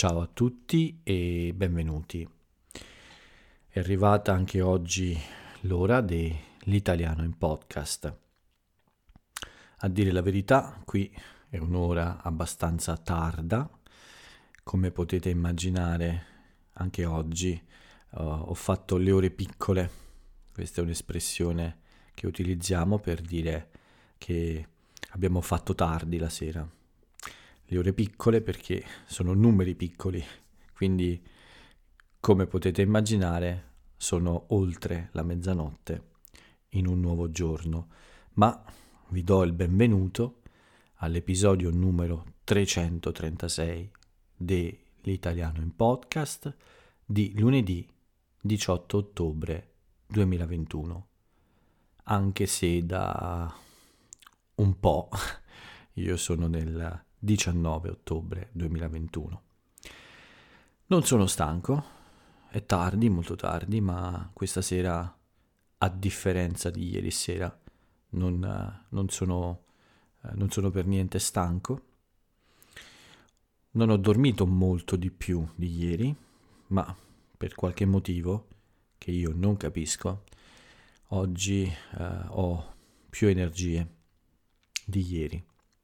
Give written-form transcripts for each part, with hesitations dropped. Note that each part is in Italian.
Ciao a tutti e benvenuti. È arrivata anche oggi l'ora dell'italiano in podcast. A dire la verità, qui è un'ora abbastanza tarda. Come potete immaginare, anche oggi ho fatto le ore piccole. Questa è un'espressione che utilizziamo per dire che abbiamo fatto tardi la sera. Le ore piccole perché sono numeri piccoli, quindi come potete immaginare sono oltre la mezzanotte in un nuovo giorno, ma vi do il benvenuto all'episodio numero 336 dell'Italiano in Podcast di lunedì 18 ottobre 2021, anche se da un po' io sono nel 19 ottobre 2021. Non sono stanco, è tardi, molto tardi, ma questa sera, a differenza di ieri sera, non sono per niente stanco. Non ho dormito molto di più di ieri, ma per qualche motivo che io non capisco, oggi ho più energie di ieri.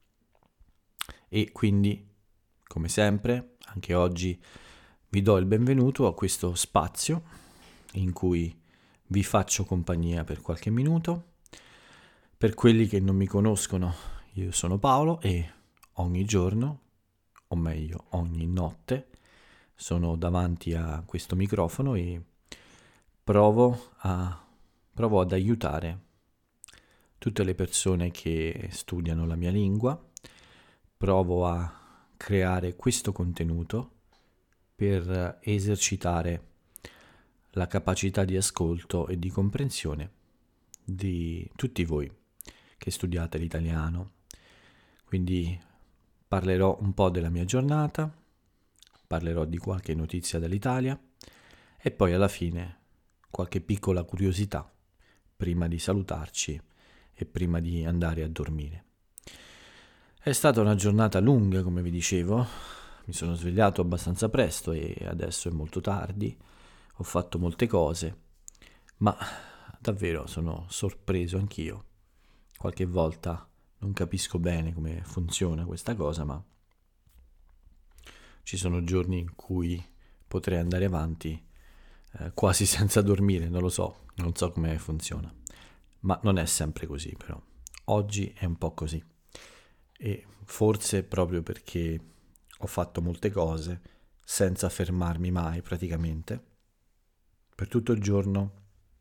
E quindi, come sempre, anche oggi vi do il benvenuto a questo spazio in cui vi faccio compagnia per qualche minuto. Per quelli che non mi conoscono, io sono Paolo e ogni giorno, o meglio ogni notte, sono davanti a questo microfono e provo ad aiutare tutte le persone che studiano la mia lingua. Provo a creare questo contenuto per esercitare la capacità di ascolto e di comprensione di tutti voi che studiate l'italiano. Quindi parlerò un po' della mia giornata, parlerò di qualche notizia dall'Italia e poi alla fine qualche piccola curiosità prima di salutarci e prima di andare a dormire. È stata una giornata lunga, come vi dicevo, mi sono svegliato abbastanza presto e adesso è molto tardi, ho fatto molte cose, ma davvero sono sorpreso anch'io. Qualche volta non capisco bene come funziona questa cosa, ma ci sono giorni in cui potrei andare avanti quasi senza dormire, non so come funziona, ma non è sempre così però. Oggi è un po' così. E forse proprio perché ho fatto molte cose senza fermarmi mai praticamente. Per tutto il giorno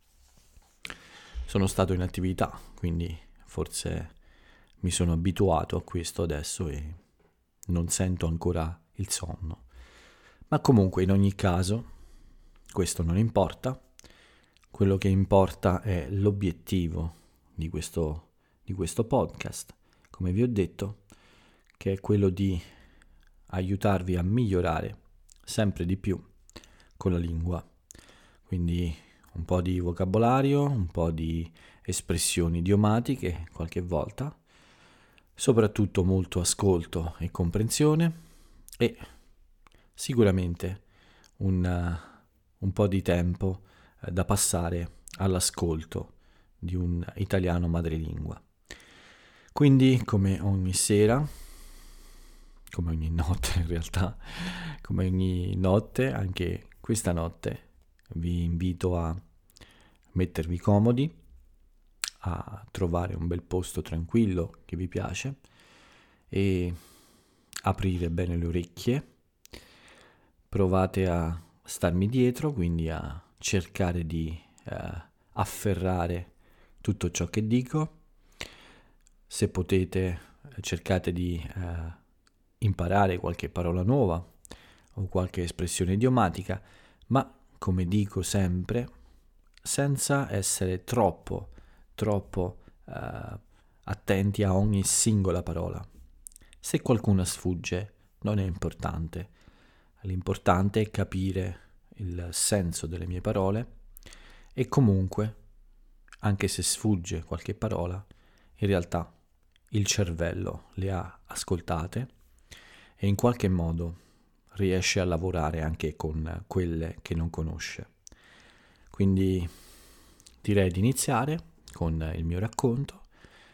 sono stato in attività, quindi forse mi sono abituato a questo adesso e non sento ancora il sonno. Ma comunque in ogni caso questo non importa. Quello che importa è l'obiettivo di questo podcast, come vi ho detto, che è quello di aiutarvi a migliorare sempre di più con la lingua. Quindi un po' di vocabolario, un po' di espressioni idiomatiche qualche volta, soprattutto molto ascolto e comprensione e sicuramente un po' di tempo da passare all'ascolto di un italiano madrelingua. Quindi, come ogni sera, come ogni notte in realtà, come ogni notte, anche questa notte vi invito a mettervi comodi, a trovare un bel posto tranquillo che vi piace e aprire bene le orecchie. Provate a starmi dietro, quindi a cercare di afferrare tutto ciò che dico. Se potete, cercate di imparare qualche parola nuova o qualche espressione idiomatica, ma come dico sempre, senza essere troppo attenti a ogni singola parola. Se qualcuna sfugge, non è importante. L'importante è capire il senso delle mie parole e comunque, anche se sfugge qualche parola, in realtà il cervello le ha ascoltate e in qualche modo riesce a lavorare anche con quelle che non conosce. Quindi direi di iniziare con il mio racconto.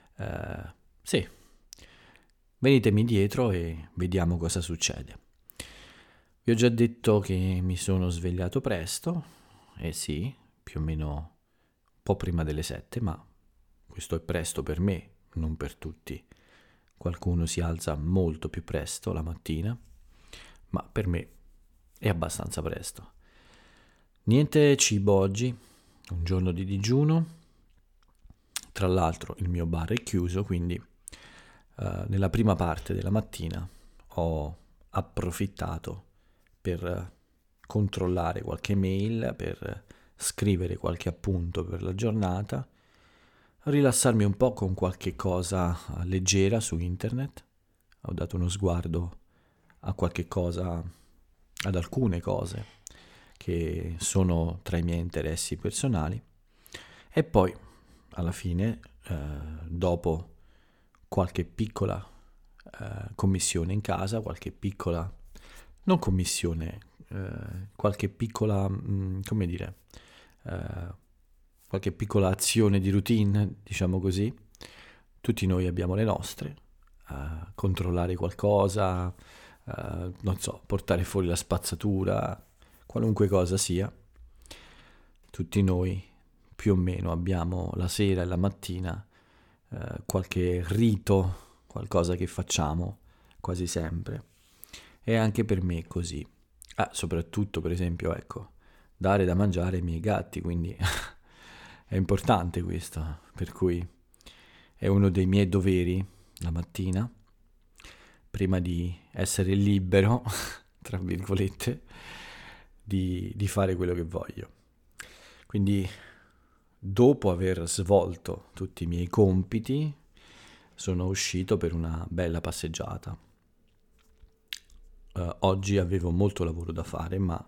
Sì, venitemi dietro e vediamo cosa succede. Vi ho già detto che mi sono svegliato presto, sì, più o meno un po' prima delle 7, ma questo è presto per me, non per tutti. Qualcuno si alza molto più presto la mattina, ma per me è abbastanza presto. Niente cibo oggi, un giorno di digiuno. Tra l'altro il mio bar è chiuso, quindi nella prima parte della mattina ho approfittato per controllare qualche mail, per scrivere qualche appunto per la giornata, rilassarmi un po' con qualche cosa leggera su internet. Ho dato uno sguardo a qualche cosa, ad alcune cose che sono tra i miei interessi personali, e poi alla fine, dopo qualche piccola commissione in casa, qualche piccola, non commissione, qualche piccola, come dire, qualche piccola azione di routine, diciamo così. Tutti noi abbiamo le nostre, controllare qualcosa, non so, portare fuori la spazzatura, qualunque cosa sia. Tutti noi più o meno abbiamo la sera e la mattina qualche rito, qualcosa che facciamo quasi sempre. E anche per me è così. Soprattutto, per esempio, ecco, dare da mangiare ai miei gatti, quindi è importante questo, per cui è uno dei miei doveri la mattina, prima di essere libero, tra virgolette, di fare quello che voglio. Quindi, dopo aver svolto tutti i miei compiti, sono uscito per una bella passeggiata. Oggi avevo molto lavoro da fare, ma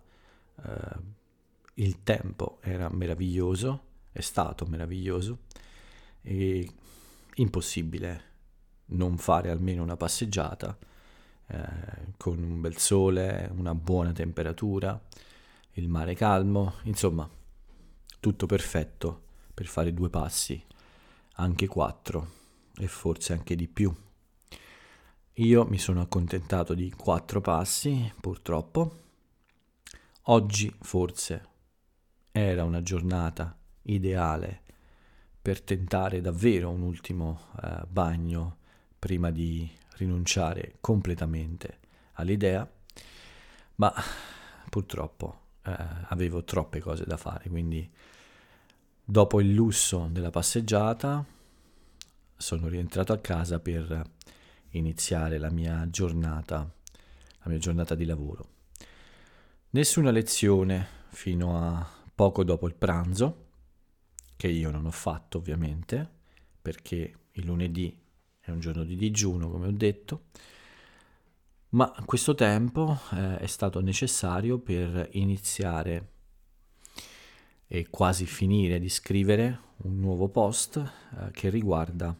il tempo era meraviglioso, è stato meraviglioso, e impossibile non fare almeno una passeggiata con un bel sole, una buona temperatura, il mare calmo, insomma, tutto perfetto per fare 2 passi, anche 4 e forse anche di più. Io mi sono accontentato di 4 passi, purtroppo. Oggi forse era una giornata ideale per tentare davvero un ultimo bagno prima di rinunciare completamente all'idea, ma purtroppo avevo troppe cose da fare, quindi dopo il lusso della passeggiata sono rientrato a casa per iniziare la mia giornata di lavoro. Nessuna lezione fino a poco dopo il pranzo, che io non ho fatto ovviamente, perché il lunedì è un giorno di digiuno, come ho detto, ma questo tempo è stato necessario per iniziare e quasi finire di scrivere un nuovo post che riguarda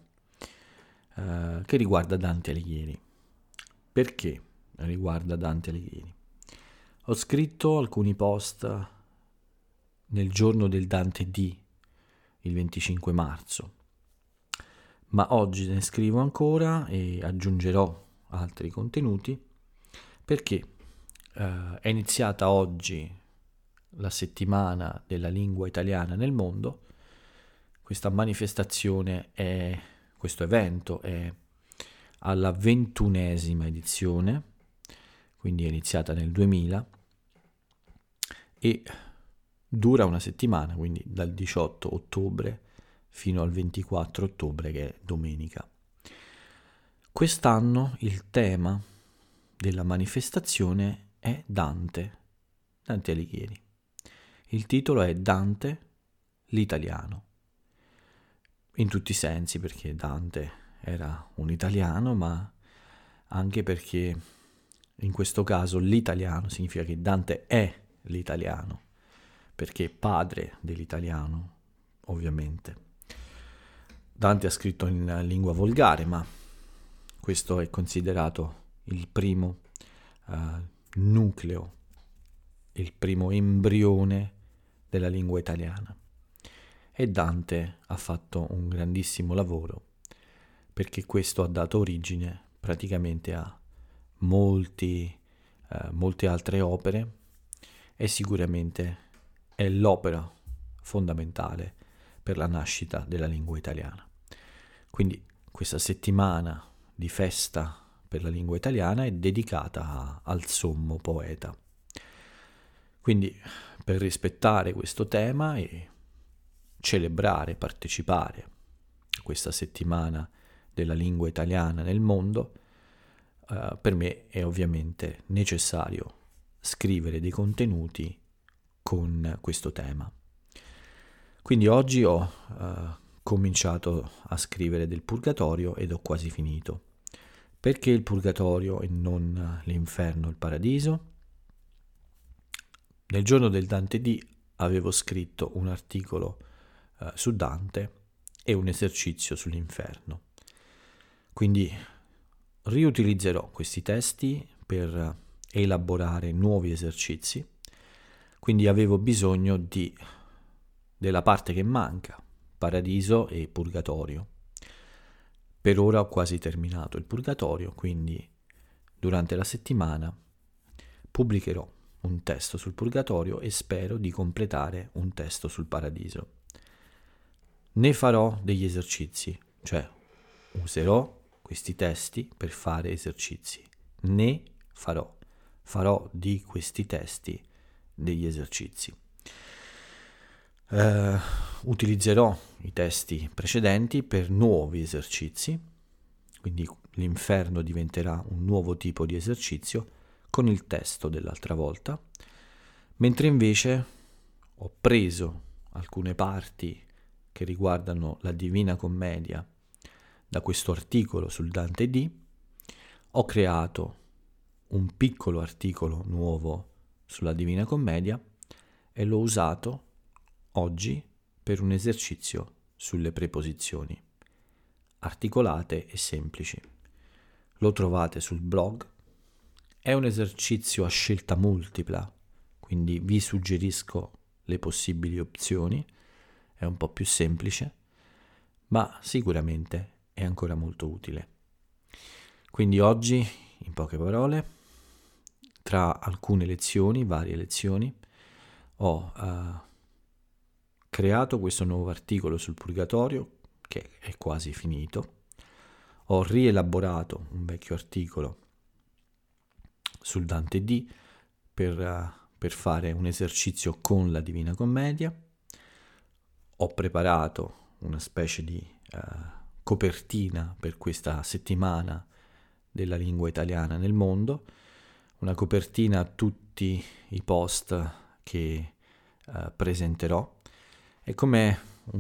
Dante Alighieri. Perché riguarda Dante Alighieri? Ho scritto alcuni post nel giorno del Dante D, il 25 marzo, ma oggi ne scrivo ancora e aggiungerò altri contenuti perché è iniziata oggi la settimana della lingua italiana nel mondo. Questa manifestazione questo evento è alla 21esima edizione, quindi è iniziata nel 2000 e dura una settimana, quindi dal 18 ottobre fino al 24 ottobre, che è domenica. Quest'anno il tema della manifestazione è Dante Alighieri. Il titolo è Dante l'italiano, in tutti i sensi, perché Dante era un italiano, ma anche perché in questo caso l'italiano significa che Dante è l'italiano, perché è padre dell'italiano, ovviamente. Dante ha scritto in lingua volgare, ma questo è considerato il primo nucleo, il primo embrione della lingua italiana. E Dante ha fatto un grandissimo lavoro, perché questo ha dato origine praticamente a molte altre opere, e sicuramente è l'opera fondamentale per la nascita della lingua italiana. Quindi questa settimana di festa per la lingua italiana è dedicata al sommo poeta. Quindi, per rispettare questo tema e celebrare, partecipare a questa settimana della lingua italiana nel mondo, per me è ovviamente necessario scrivere dei contenuti con questo tema. Quindi oggi ho cominciato a scrivere del Purgatorio ed ho quasi finito. Perché il Purgatorio e non l'inferno e il paradiso? Nel giorno del Dante D avevo scritto un articolo su Dante e un esercizio sull'inferno. Quindi riutilizzerò questi testi per elaborare nuovi esercizi. Quindi avevo bisogno della parte che manca, paradiso e purgatorio. Per ora ho quasi terminato il Purgatorio, quindi durante la settimana pubblicherò un testo sul Purgatorio e spero di completare un testo sul Paradiso. Ne farò degli esercizi, cioè userò questi testi per fare esercizi. Farò di questi testi degli esercizi. Utilizzerò i testi precedenti per nuovi esercizi, quindi l'inferno diventerà un nuovo tipo di esercizio con il testo dell'altra volta, mentre invece ho preso alcune parti che riguardano la Divina Commedia da questo articolo sul Dante D, ho creato un piccolo articolo nuovo sulla Divina Commedia e l'ho usato oggi per un esercizio sulle preposizioni, articolate e semplici. Lo trovate sul blog. È un esercizio a scelta multipla, quindi vi suggerisco le possibili opzioni. È un po' più semplice, ma sicuramente è ancora molto utile. Quindi oggi, in poche parole, tra alcune lezioni, varie lezioni, ho creato questo nuovo articolo sul Purgatorio, che è quasi finito. Ho rielaborato un vecchio articolo sul Dante D per fare un esercizio con la Divina Commedia. Ho preparato una specie di copertina per questa settimana della lingua italiana nel mondo, una copertina a tutti i post che presenterò. È come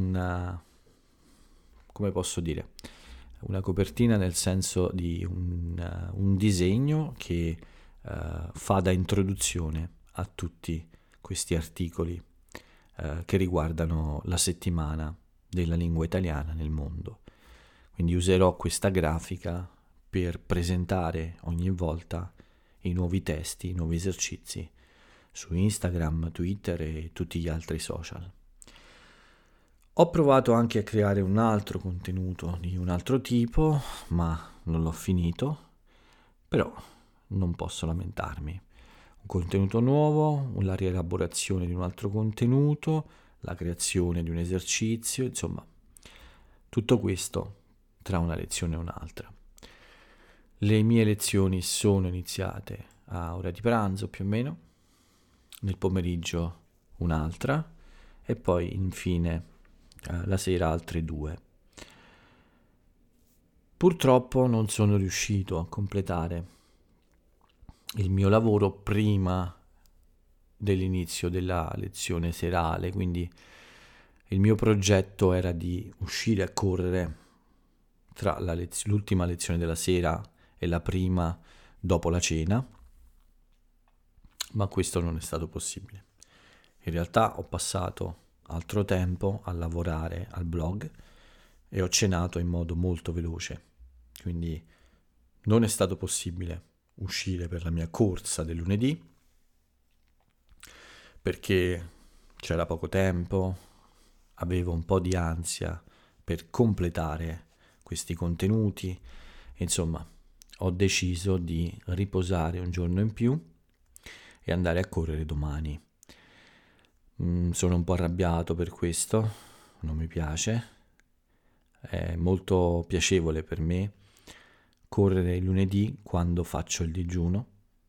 posso dire, una copertina nel senso di un disegno che fa da introduzione a tutti questi articoli che riguardano la settimana della lingua italiana nel mondo. Quindi userò questa grafica per presentare ogni volta i nuovi testi, i nuovi esercizi su Instagram, Twitter e tutti gli altri social. Ho provato anche a creare un altro contenuto di un altro tipo, ma non l'ho finito, però non posso lamentarmi. Un contenuto nuovo, la rielaborazione di un altro contenuto, la creazione di un esercizio, insomma, tutto questo tra una lezione e un'altra. Le mie lezioni sono iniziate a ora di pranzo più o meno, nel pomeriggio un'altra e poi infine la sera altre 2. Purtroppo non sono riuscito a completare il mio lavoro prima dell'inizio della lezione serale, quindi il mio progetto era di uscire a correre tra l'ultima lezione della sera e la prima dopo la cena, ma questo non è stato possibile. In realtà ho passato altro tempo a lavorare al blog e ho cenato in modo molto veloce, quindi non è stato possibile uscire per la mia corsa del lunedì, perché c'era poco tempo, avevo un po' di ansia per completare questi contenuti, insomma, ho deciso di riposare un giorno in più e andare a correre domani. Sono un po' arrabbiato per questo, non mi piace, è molto piacevole per me correre il lunedì quando faccio il digiuno,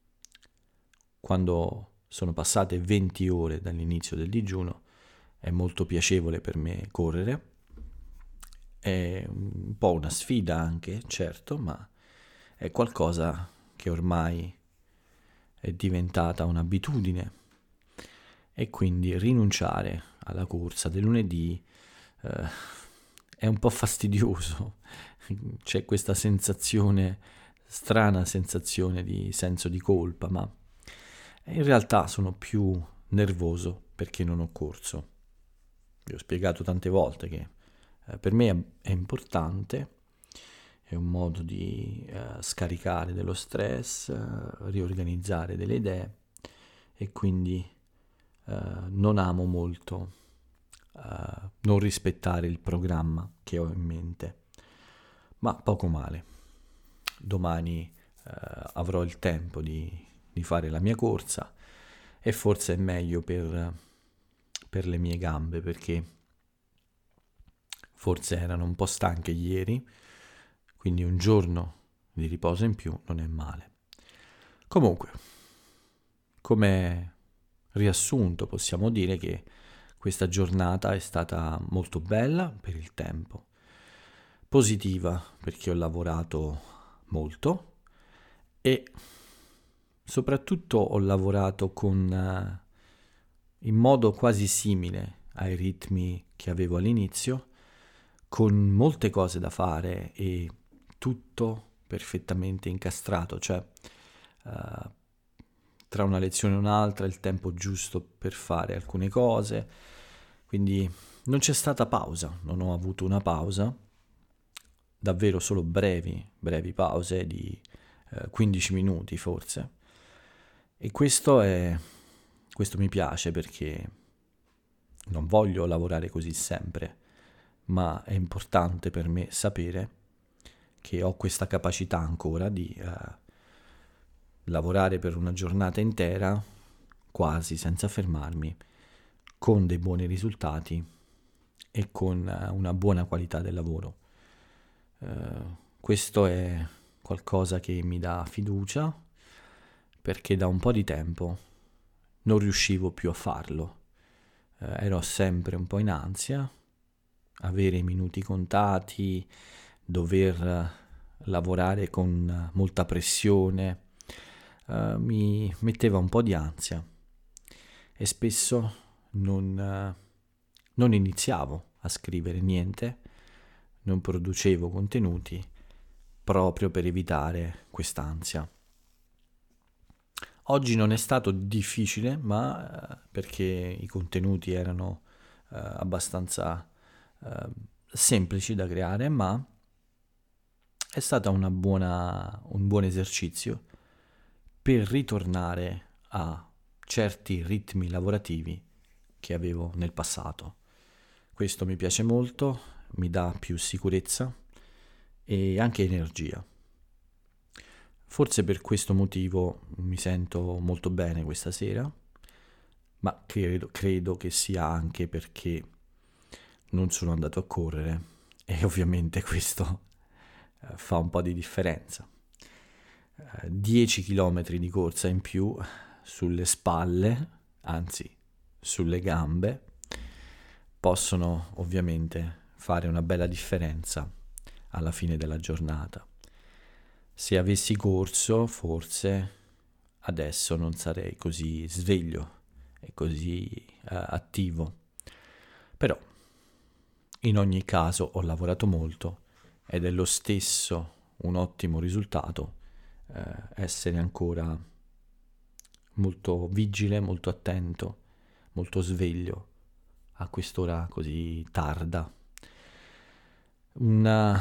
quando sono passate 20 ore dall'inizio del digiuno, è molto piacevole per me correre, è un po' una sfida anche, certo, ma è qualcosa che ormai è diventata un'abitudine e quindi rinunciare alla corsa del lunedì è un po' fastidioso. C'è questa sensazione, strana sensazione di senso di colpa, ma in realtà sono più nervoso perché non ho corso. Vi ho spiegato tante volte che per me è importante, è un modo di scaricare dello stress, riorganizzare delle idee e quindi non amo molto non rispettare il programma che ho in mente, ma poco male. Domani avrò il tempo di fare la mia corsa e forse è meglio per le mie gambe perché forse erano un po' stanche ieri, quindi un giorno di riposo in più non è male. Comunque, come riassunto possiamo dire che questa giornata è stata molto bella per il tempo, positiva perché ho lavorato molto e soprattutto ho lavorato in modo quasi simile ai ritmi che avevo all'inizio, con molte cose da fare e tutto perfettamente incastrato, cioè tra una lezione e un'altra il tempo giusto per fare alcune cose, quindi non c'è stata pausa, non ho avuto una pausa, davvero solo brevi pause di 15 minuti forse, e questo mi piace perché non voglio lavorare così sempre, ma è importante per me sapere che ho questa capacità ancora di lavorare per una giornata intera, quasi senza fermarmi, con dei buoni risultati e con una buona qualità del lavoro. Questo è qualcosa che mi dà fiducia perché da un po' di tempo non riuscivo più a farlo. Ero sempre un po' in ansia, avere i minuti contati, dover lavorare con molta pressione, mi metteva un po' di ansia e spesso non iniziavo a scrivere niente, non producevo contenuti proprio per evitare quest'ansia. Oggi non è stato difficile, ma perché i contenuti erano abbastanza semplici da creare, ma è stato un buon esercizio per ritornare a certi ritmi lavorativi che avevo nel passato. Questo mi piace molto, mi dà più sicurezza e anche energia. Forse per questo motivo mi sento molto bene questa sera, ma credo che sia anche perché non sono andato a correre e ovviamente questo fa un po' di differenza. 10 km di corsa in più sulle spalle, anzi sulle gambe, possono ovviamente fare una bella differenza alla fine della giornata. Se avessi corso, forse adesso non sarei così sveglio e così attivo. Però, in ogni caso, ho lavorato molto ed è lo stesso un ottimo risultato essere ancora molto vigile, molto attento, molto sveglio a quest'ora così tarda. Un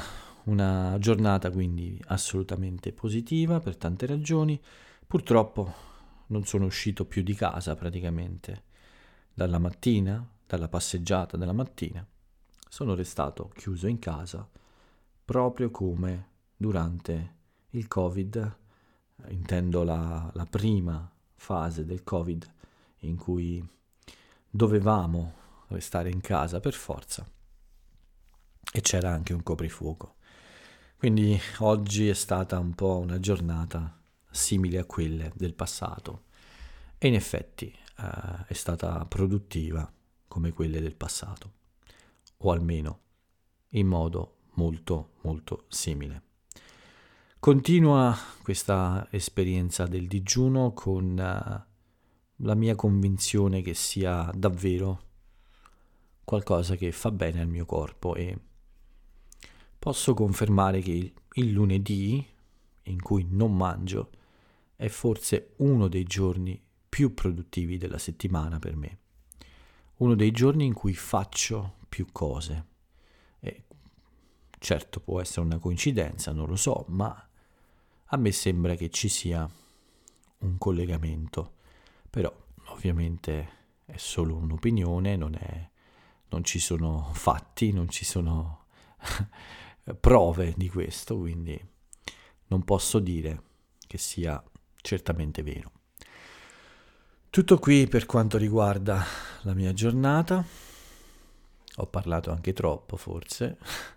una giornata quindi assolutamente positiva per tante ragioni. Purtroppo non sono uscito più di casa praticamente dalla mattina, dalla passeggiata della mattina. Sono restato chiuso in casa proprio come durante il Covid, intendo la prima fase del Covid in cui dovevamo restare in casa per forza e c'era anche un coprifuoco. Quindi oggi è stata un po' una giornata simile a quelle del passato e in effetti è stata produttiva come quelle del passato, o almeno in modo molto molto simile. Continua questa esperienza del digiuno con la mia convinzione che sia davvero qualcosa che fa bene al mio corpo e posso confermare che il lunedì, in cui non mangio, è forse uno dei giorni più produttivi della settimana per me. Uno dei giorni in cui faccio più cose. E certo può essere una coincidenza, non lo so, ma a me sembra che ci sia un collegamento. Però ovviamente è solo un'opinione, non ci sono fatti, non ci sono prove di questo, quindi non posso dire che sia certamente vero. Tutto qui per quanto riguarda la mia giornata. Ho parlato anche troppo forse.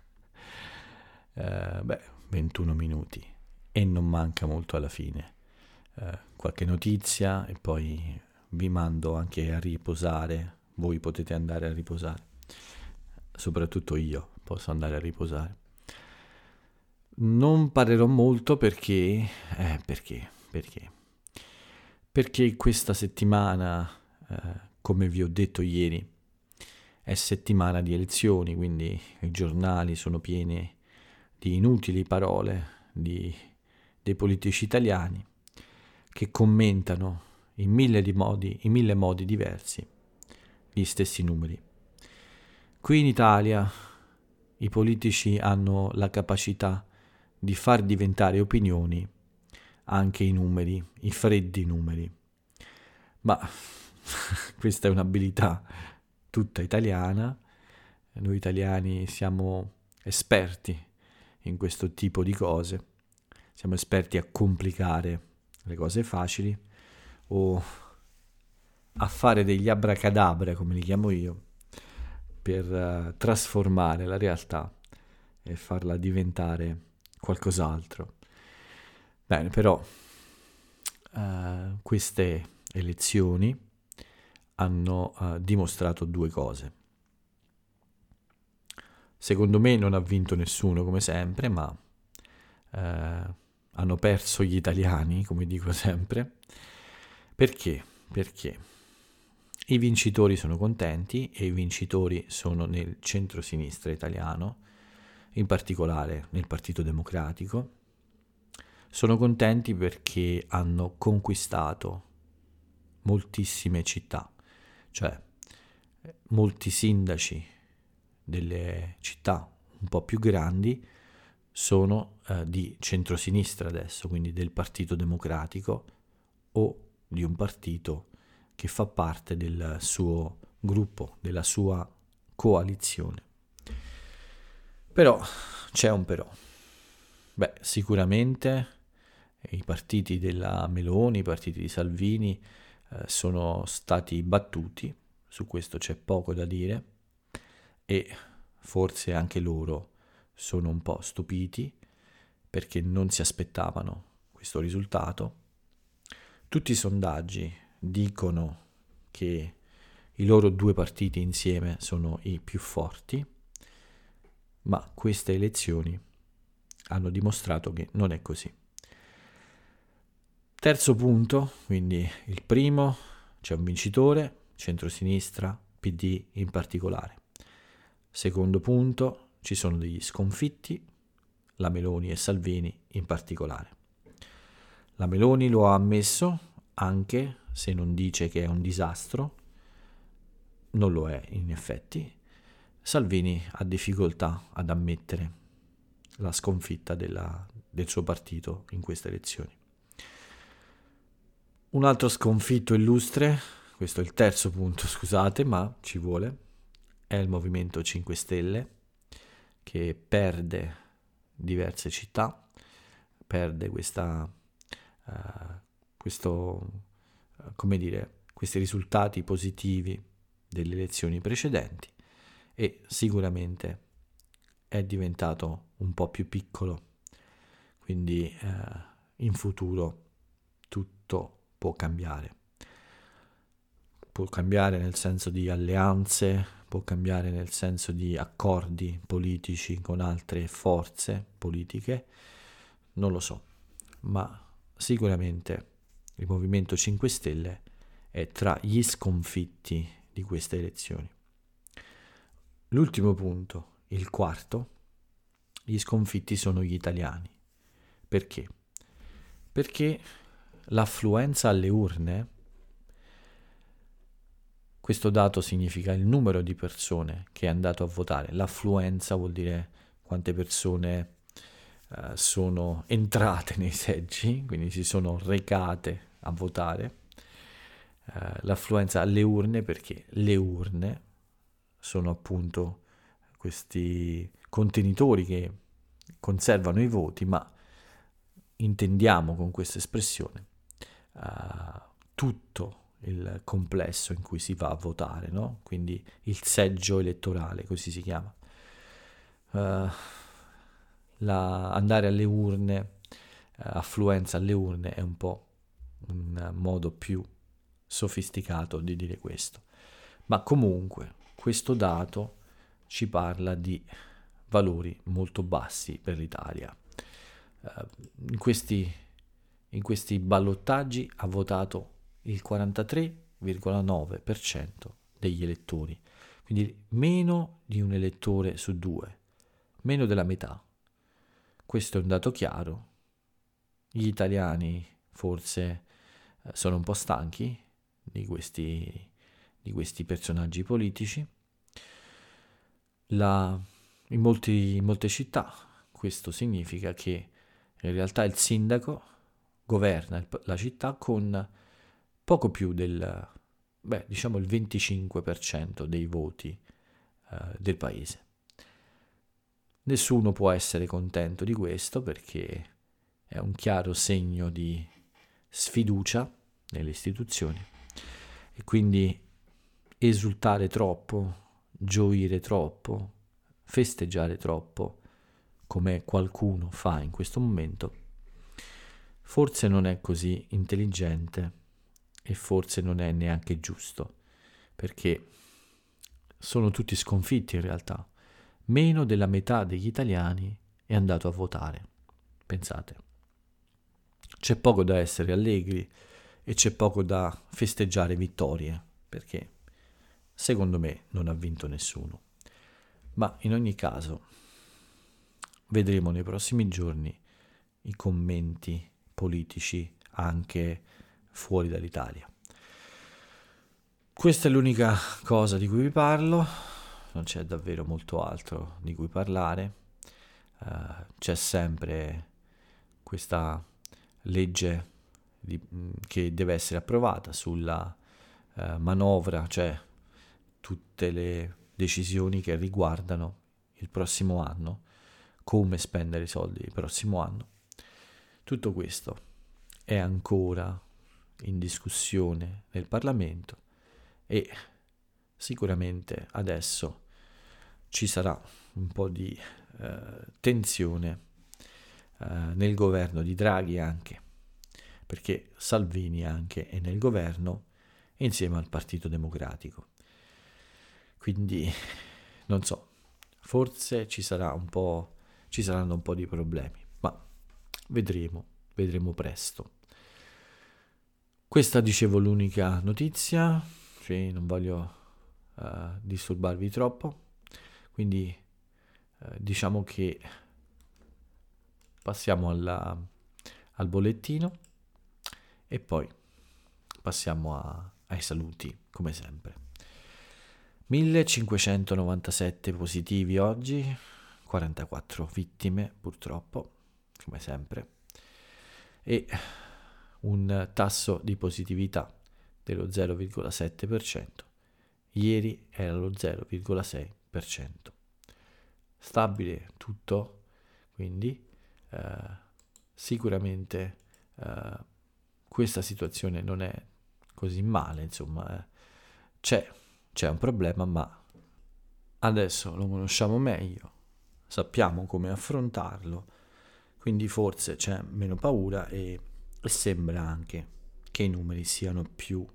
21 minuti e non manca molto alla fine. Qualche notizia e poi vi mando anche a riposare. Voi potete andare a riposare. Soprattutto io posso andare a riposare. Non parlerò molto perché questa settimana, come vi ho detto ieri, è settimana di elezioni, quindi i giornali sono pieni di inutili parole dei politici italiani che commentano in mille modi diversi gli stessi numeri. Qui in Italia i politici hanno la capacità di far diventare opinioni anche i numeri, i freddi numeri. Ma questa è un'abilità tutta italiana. Noi italiani siamo esperti in questo tipo di cose. Siamo esperti a complicare le cose facili o a fare degli abracadabra, come li chiamo io, per trasformare la realtà e farla diventare qualcos'altro. Bene, però queste elezioni hanno dimostrato due cose. Secondo me non ha vinto nessuno come sempre, ma hanno perso gli italiani, come dico sempre. Perché? Perché i vincitori sono contenti e i vincitori sono nel centro-sinistra italiano, in particolare nel Partito Democratico. Sono contenti perché hanno conquistato moltissime città, cioè molti sindaci delle città un po' più grandi sono di centrosinistra adesso, quindi del Partito Democratico o di un partito che fa parte del suo gruppo, della sua coalizione. Però c'è un però. Sicuramente i partiti della Meloni, i partiti di Salvini sono stati battuti, su questo c'è poco da dire, e forse anche loro sono un po' stupiti perché non si aspettavano questo risultato. Tutti i sondaggi dicono che i loro due partiti insieme sono i più forti, ma queste elezioni hanno dimostrato che non è così. Terzo punto, quindi il primo, c'è un vincitore, centrosinistra, PD in particolare. Secondo punto, ci sono degli sconfitti, la Meloni e Salvini in particolare. La Meloni lo ha ammesso, anche se non dice che è un disastro, non lo è in effetti. Salvini ha difficoltà ad ammettere la sconfitta del suo partito in queste elezioni. Un altro sconfitto illustre, questo è il terzo punto, scusate, ma ci vuole, è il Movimento 5 Stelle, che perde diverse città, perde questi risultati positivi delle elezioni precedenti e sicuramente è diventato un po' più piccolo, quindi in futuro tutto può cambiare. Può cambiare nel senso di alleanze, può cambiare nel senso di accordi politici con altre forze politiche, non lo so, ma sicuramente il Movimento 5 Stelle è tra gli sconfitti di queste elezioni. L'ultimo punto, il quarto, gli sconfitti sono gli italiani. Perché? Perché l'affluenza alle urne, questo dato significa il numero di persone che è andato a votare, l'affluenza vuol dire quante persone sono entrate nei seggi, quindi si sono recate a votare, l'affluenza alle urne, perché le urne sono appunto questi contenitori che conservano i voti, ma intendiamo con questa espressione tutto il complesso in cui si va a votare, no? Quindi il seggio elettorale, così si chiama. Andare alle urne, affluenza alle urne è un po' un modo più sofisticato di dire questo. Ma comunque questo dato ci parla di valori molto bassi per l'Italia. In questi ballottaggi ha votato il 43,9% degli elettori, quindi meno di un elettore su due, meno della metà. Questo è un dato chiaro. Gli italiani forse sono un po' stanchi di questi personaggi politici. In molte città questo significa che in realtà il sindaco governa la città con poco più del, diciamo il 25% dei voti del paese. Nessuno può essere contento di questo perché è un chiaro segno di sfiducia nelle istituzioni e quindi esultare troppo, gioire troppo, festeggiare troppo, come qualcuno fa in questo momento, forse non è così intelligente e forse non è neanche giusto, perché sono tutti sconfitti in realtà. Meno della metà degli italiani è andato a votare. Pensate. C'è poco da essere allegri e c'è poco da festeggiare vittorie, perché secondo me non ha vinto nessuno. Ma in ogni caso vedremo nei prossimi giorni i commenti politici anche fuori dall'Italia. Questa è l'unica cosa di cui vi parlo, non c'è davvero molto altro di cui parlare. C'è sempre questa legge che deve essere approvata sulla manovra, cioè tutte le decisioni che riguardano il prossimo anno, come spendere i soldi il prossimo anno. Tutto questo è ancora in discussione nel Parlamento e sicuramente adesso ci sarà un po' di tensione nel governo di Draghi anche, perché Salvini anche è nel governo insieme al Partito Democratico. Quindi non so, forse ci saranno un po' di problemi, ma vedremo presto. Questa, dicevo, l'unica notizia, sì, non voglio disturbarvi troppo, quindi diciamo che passiamo al bollettino e poi passiamo ai saluti, come sempre. 1597 positivi oggi, 44 vittime purtroppo, come sempre, e un tasso di positività dello 0,7%. Ieri era lo 0,6%. Stabile tutto, quindi sicuramente questa situazione non è così male, insomma, c'è un problema, ma adesso lo conosciamo meglio, sappiamo come affrontarlo, quindi forse c'è meno paura e sembra anche che i numeri siano più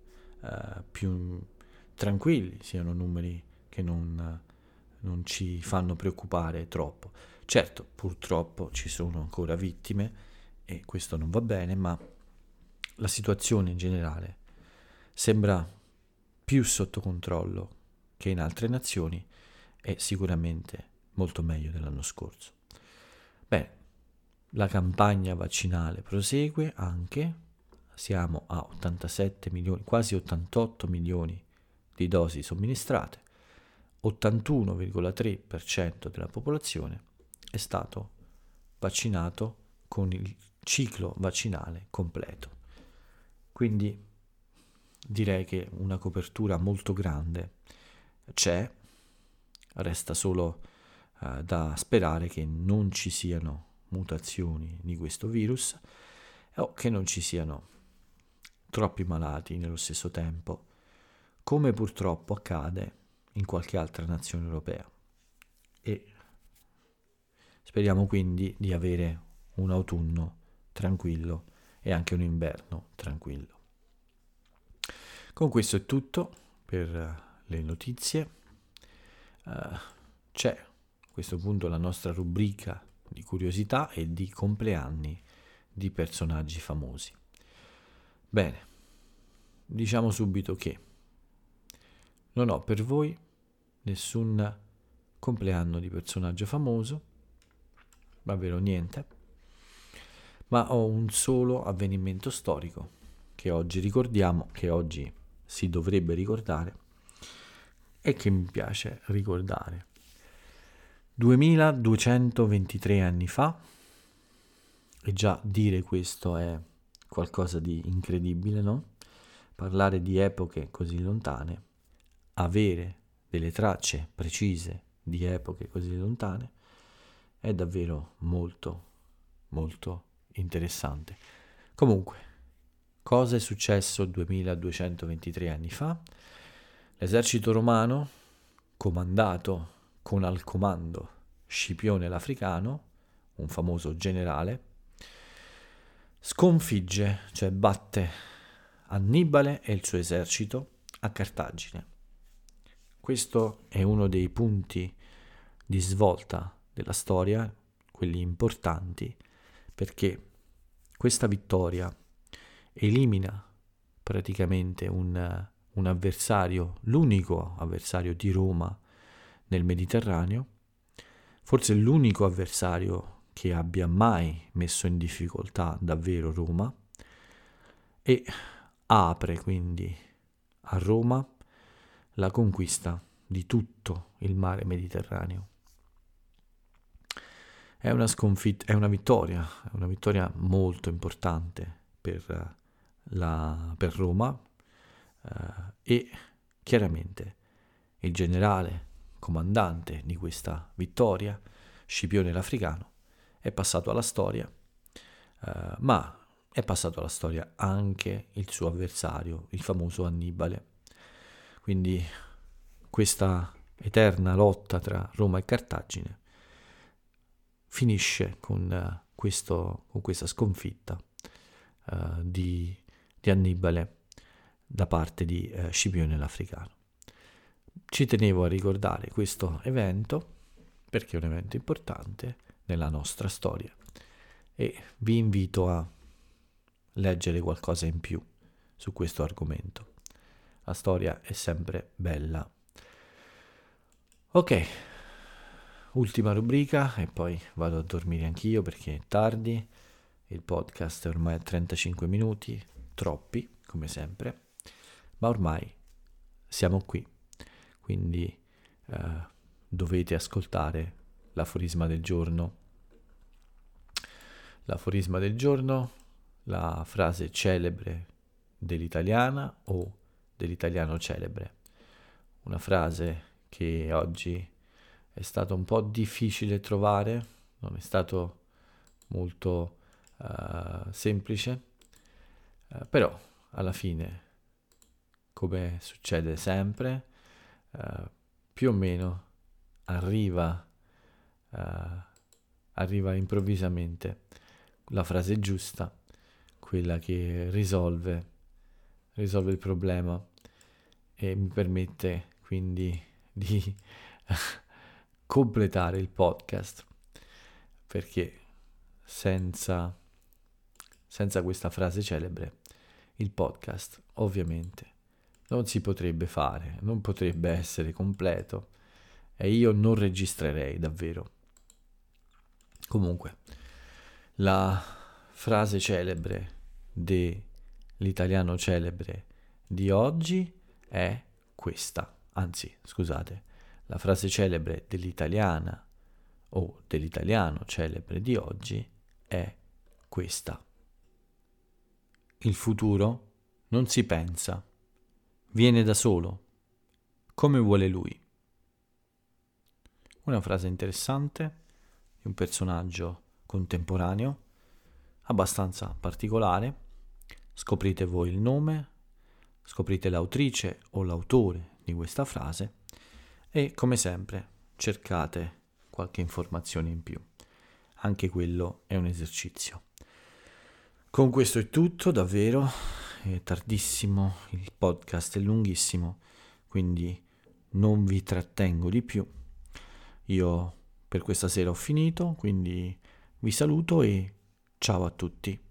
tranquilli, siano numeri che non ci fanno preoccupare troppo. Certo, purtroppo ci sono ancora vittime e questo non va bene, ma la situazione in generale sembra più sotto controllo che in altre nazioni e sicuramente molto meglio dell'anno scorso. Bene, la campagna vaccinale prosegue anche, siamo a 87 milioni, quasi 88 milioni di dosi somministrate, 81,3% della popolazione è stato vaccinato con il ciclo vaccinale completo. Quindi direi che una copertura molto grande c'è, resta solo da sperare che non ci siano mutazioni di questo virus o che non ci siano troppi malati nello stesso tempo, come purtroppo accade in qualche altra nazione europea. E speriamo quindi di avere un autunno tranquillo e anche un inverno tranquillo. Con questo è tutto per le notizie. C'è a questo punto la nostra rubrica di curiosità e di compleanni di personaggi famosi. Bene, diciamo subito che non ho per voi nessun compleanno di personaggio famoso, davvero niente, ma ho un solo avvenimento storico che oggi ricordiamo, che oggi si dovrebbe ricordare e che mi piace ricordare. 2223 anni fa, e già dire questo è qualcosa di incredibile, no? Parlare di epoche così lontane, avere delle tracce precise di epoche così lontane, è davvero molto, molto interessante. Comunque, cosa è successo 2223 anni fa? L'esercito romano, comandato con al comando Scipione l'Africano, un famoso generale, sconfigge, cioè batte Annibale e il suo esercito a Cartagine. Questo è uno dei punti di svolta della storia, quelli importanti, perché questa vittoria elimina praticamente un avversario, l'unico avversario di Roma nel Mediterraneo, forse l'unico avversario che abbia mai messo in difficoltà davvero Roma, e apre quindi a Roma la conquista di tutto il mare Mediterraneo. È una sconfitta, è una vittoria molto importante per Roma, e chiaramente il generale comandante di questa vittoria, Scipione l'Africano, è passato alla storia, ma è passato alla storia anche il suo avversario, il famoso Annibale. Quindi questa eterna lotta tra Roma e Cartagine finisce con questa sconfitta di Annibale da parte di Scipione l'Africano. Ci tenevo a ricordare questo evento perché è un evento importante nella nostra storia e vi invito a leggere qualcosa in più su questo argomento. La storia è sempre bella. Ok, ultima rubrica e poi vado a dormire anch'io perché è tardi. Il podcast è ormai a 35 minuti, troppi come sempre, ma ormai siamo qui, quindi dovete ascoltare l'aforisma del giorno. L'aforisma del giorno, la frase celebre dell'italiana o dell'italiano celebre. Una frase che oggi è stato un po' difficile trovare, non è stato molto semplice, però alla fine, come succede sempre, più o meno arriva improvvisamente la frase giusta, quella che risolve il problema e mi permette quindi di completare il podcast, perché senza questa frase celebre il podcast ovviamente non si potrebbe fare, non potrebbe essere completo e io non registrerei davvero. Comunque, la frase celebre dell'italiano celebre di oggi è questa. Anzi, scusate, la frase celebre dell'italiana o dell'italiano celebre di oggi è questa. Il futuro non si pensa, viene da solo, come vuole lui. Una frase interessante di un personaggio contemporaneo, abbastanza particolare. Scoprite voi il nome, scoprite l'autrice o l'autore di questa frase e, come sempre, cercate qualche informazione in più. Anche quello è un esercizio. Con questo è tutto, davvero, è tardissimo, il podcast è lunghissimo, quindi non vi trattengo di più. Io per questa sera ho finito, quindi vi saluto e ciao a tutti.